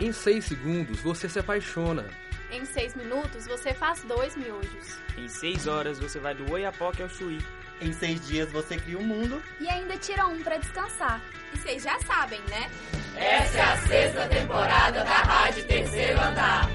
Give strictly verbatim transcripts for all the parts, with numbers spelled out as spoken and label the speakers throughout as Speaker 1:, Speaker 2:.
Speaker 1: Em seis segundos, você se apaixona.
Speaker 2: Em seis minutos, você faz dois miojos.
Speaker 3: Em seis horas, você vai do Oiapoque ao Chuí.
Speaker 4: Em seis dias, você cria um mundo.
Speaker 5: E ainda tira um pra descansar.
Speaker 2: E vocês já sabem, né?
Speaker 6: Essa é a sexta temporada da Rádio Terceiro Andar.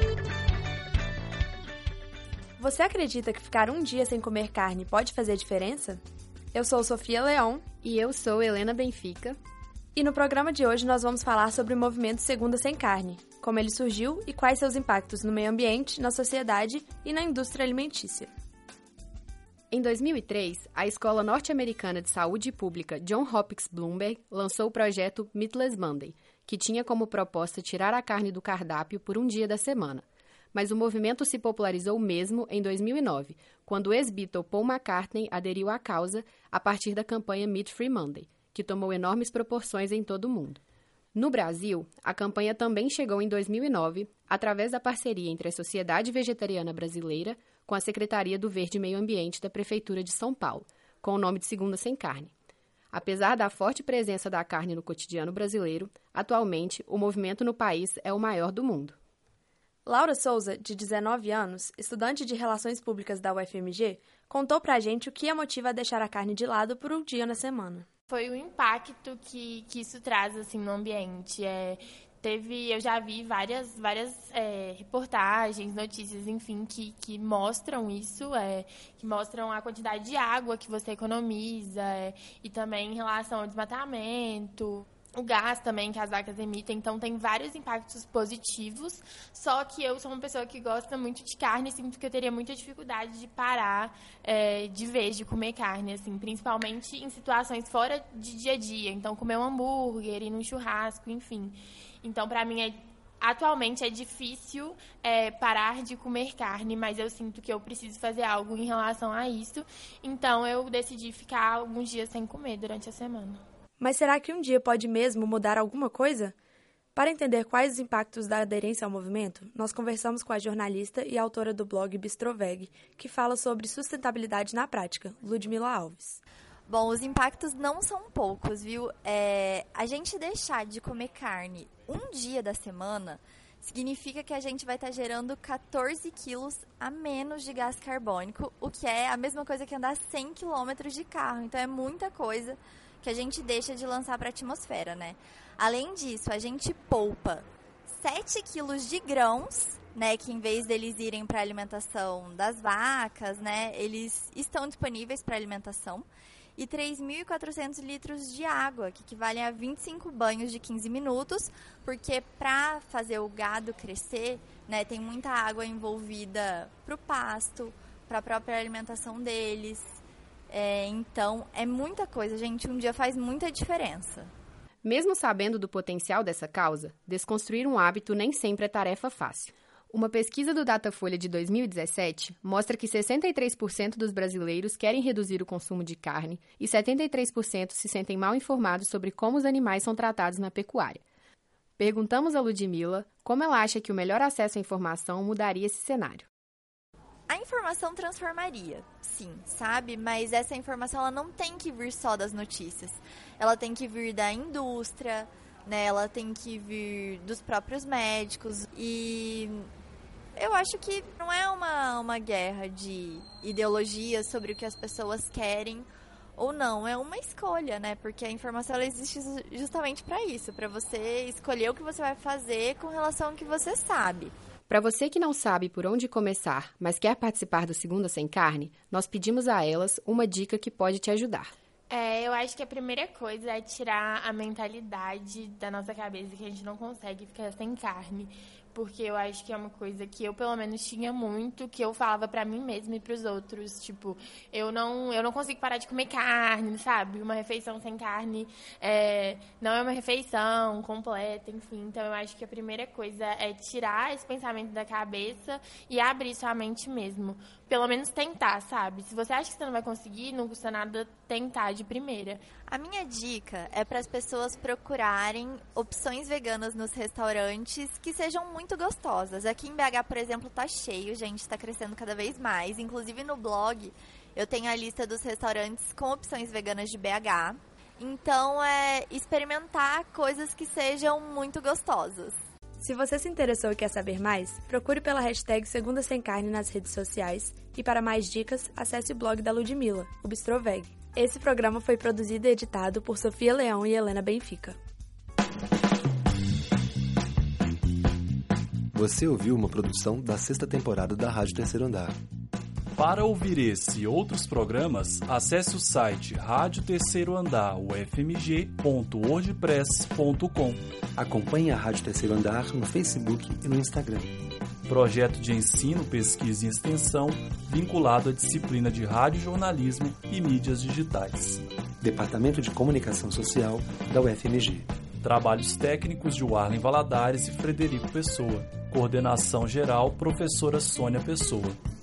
Speaker 7: Você acredita que ficar um dia sem comer carne pode fazer diferença? Eu sou Sofia Leão.
Speaker 8: E eu sou Helena Benfica.
Speaker 7: E no programa de hoje nós vamos falar sobre o movimento Segunda Sem Carne, como ele surgiu e quais seus impactos no meio ambiente, na sociedade e na indústria alimentícia.
Speaker 8: Em dois mil e três, a Escola Norte-Americana de Saúde Pública John Hopkins Bloomberg lançou o projeto Meatless Monday, que tinha como proposta tirar a carne do cardápio por um dia da semana. Mas o movimento se popularizou mesmo em dois mil e nove, quando o ex-Beatle Paul McCartney aderiu à causa a partir da campanha Meat Free Monday, que tomou enormes proporções em todo o mundo. No Brasil, a campanha também chegou em dois mil e nove, através da parceria entre a Sociedade Vegetariana Brasileira com a Secretaria do Verde e Meio Ambiente da Prefeitura de São Paulo, com o nome de Segunda Sem Carne. Apesar da forte presença da carne no cotidiano brasileiro, atualmente o movimento no país é o maior do mundo.
Speaker 7: Laura Souza, de dezenove anos, estudante de Relações Públicas da U F M G, contou pra gente o que a motiva a deixar a carne de lado por um dia na semana.
Speaker 9: Foi o impacto que, que isso traz assim, no ambiente. É, teve, eu já vi várias, várias é, reportagens, notícias, enfim, que, que mostram isso, é, que mostram a quantidade de água que você economiza, é, e também em relação ao desmatamento, o gás também que as vacas emitem. Então, tem vários impactos positivos, só que eu sou uma pessoa que gosta muito de carne e sinto que eu teria muita dificuldade de parar é, de vez de comer carne, assim, principalmente em situações fora de dia a dia. Então, comer um hambúrguer, ir num churrasco, enfim. Então, para mim, é, atualmente é difícil é, parar de comer carne, mas eu sinto que eu preciso fazer algo em relação a isso. Então, eu decidi ficar alguns dias sem comer durante a semana.
Speaker 7: Mas será que um dia pode mesmo mudar alguma coisa? Para entender quais os impactos da aderência ao movimento, nós conversamos com a jornalista e autora do blog Bistroveg, que fala sobre sustentabilidade na prática, Ludmila Alves.
Speaker 10: Bom, os impactos não são poucos, viu? É, a gente deixar de comer carne um dia da semana significa que a gente vai estar gerando quatorze quilos a menos de gás carbônico, o que é a mesma coisa que andar cem quilômetros de carro. Então, é muita coisa que a gente deixa de lançar para a atmosfera, né? Além disso, a gente poupa sete quilos de grãos, né? Que em vez deles irem para a alimentação das vacas, né? Eles estão disponíveis para alimentação. E três mil e quatrocentos litros de água, que equivalem a vinte e cinco banhos de quinze minutos, porque para fazer o gado crescer, né? Tem muita água envolvida para o pasto, para a própria alimentação deles. É, então, é muita coisa, gente. Um dia faz muita diferença.
Speaker 8: Mesmo sabendo do potencial dessa causa, desconstruir um hábito nem sempre é tarefa fácil. Uma pesquisa do Datafolha de dois mil e dezessete mostra que sessenta e três por cento dos brasileiros querem reduzir o consumo de carne e setenta e três por cento se sentem mal informados sobre como os animais são tratados na pecuária. Perguntamos a Ludmila como ela acha que o melhor acesso à informação mudaria esse cenário.
Speaker 10: A informação transformaria, sim, sabe? Mas essa informação ela não tem que vir só das notícias. Ela tem que vir da indústria, né? Ela tem que vir dos próprios médicos. E eu acho que não é uma, uma guerra de ideologias sobre o que as pessoas querem ou não. É uma escolha, né? Porque a informação ela existe justamente para isso, para você escolher o que você vai fazer com relação ao que você sabe.
Speaker 8: Para você que não sabe por onde começar, mas quer participar do Segunda Sem Carne, nós pedimos a elas uma dica que pode te ajudar.
Speaker 9: É, eu acho que a primeira coisa é tirar a mentalidade da nossa cabeça que a gente não consegue ficar sem carne. Porque eu acho que é uma coisa que eu, pelo menos, tinha muito, que eu falava pra mim mesma e pros outros. Tipo, eu não, eu não consigo parar de comer carne, sabe? Uma refeição sem carne é, não é uma refeição completa, enfim. Então, eu acho que a primeira coisa é tirar esse pensamento da cabeça e abrir sua mente mesmo. Pelo menos tentar, sabe? Se você acha que você não vai conseguir, não custa nada tentar de primeira.
Speaker 10: A minha dica é para as pessoas procurarem opções veganas nos restaurantes que sejam muito gostosas. Aqui em B H, por exemplo, tá cheio, gente, está crescendo cada vez mais. Inclusive no blog eu tenho a lista dos restaurantes com opções veganas de B H. Então é experimentar coisas que sejam muito gostosas.
Speaker 7: Se você se interessou e quer saber mais, procure pela hashtag Segunda Sem Carne nas redes sociais e para mais dicas, acesse o blog da Ludmilla, o Bistroveg. Esse programa foi produzido e editado por Sofia Leão e Helena Benfica.
Speaker 11: Você ouviu uma produção da sexta temporada da Rádio Terceiro Andar.
Speaker 12: Para ouvir esse e outros programas, acesse o site rádio terceiro andar u f m g ponto wordpress ponto com.
Speaker 11: Acompanhe a Rádio Terceiro Andar no Facebook e no Instagram.
Speaker 12: Projeto de ensino, pesquisa e extensão vinculado à disciplina de rádio jornalismo e mídias digitais.
Speaker 11: Departamento de Comunicação Social da U F M G.
Speaker 12: Trabalhos técnicos de Warlen Valadares e Frederico Pessoa. Coordenação geral, professora Sônia Pessoa.